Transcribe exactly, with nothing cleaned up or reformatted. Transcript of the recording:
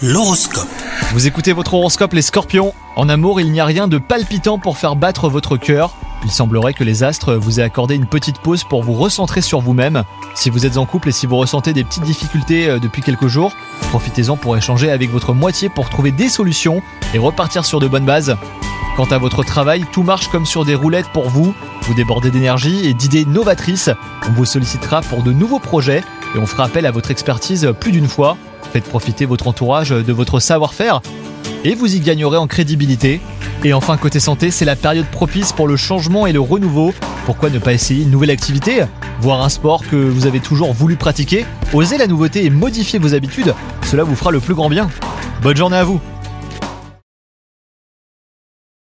L'horoscope. Vous écoutez votre horoscope les scorpions. En amour, il n'y a rien de palpitant pour faire battre votre cœur. Il semblerait que les astres vous aient accordé une petite pause pour vous recentrer sur vous-même. Si vous êtes en couple et si vous ressentez des petites difficultés depuis quelques jours, profitez-en pour échanger avec votre moitié pour trouver des solutions et repartir sur de bonnes bases. Quant à votre travail, tout marche comme sur des roulettes pour vous. Vous débordez d'énergie et d'idées novatrices. On vous sollicitera pour de nouveaux projets et on fera appel à votre expertise plus d'une fois. Faites profiter votre entourage de votre savoir-faire et vous y gagnerez en crédibilité. Et enfin, côté santé, c'est la période propice pour le changement et le renouveau. Pourquoi ne pas essayer une nouvelle activité ? Voir un sport que vous avez toujours voulu pratiquer ? Osez la nouveauté et modifiez vos habitudes, cela vous fera le plus grand bien. Bonne journée à vous!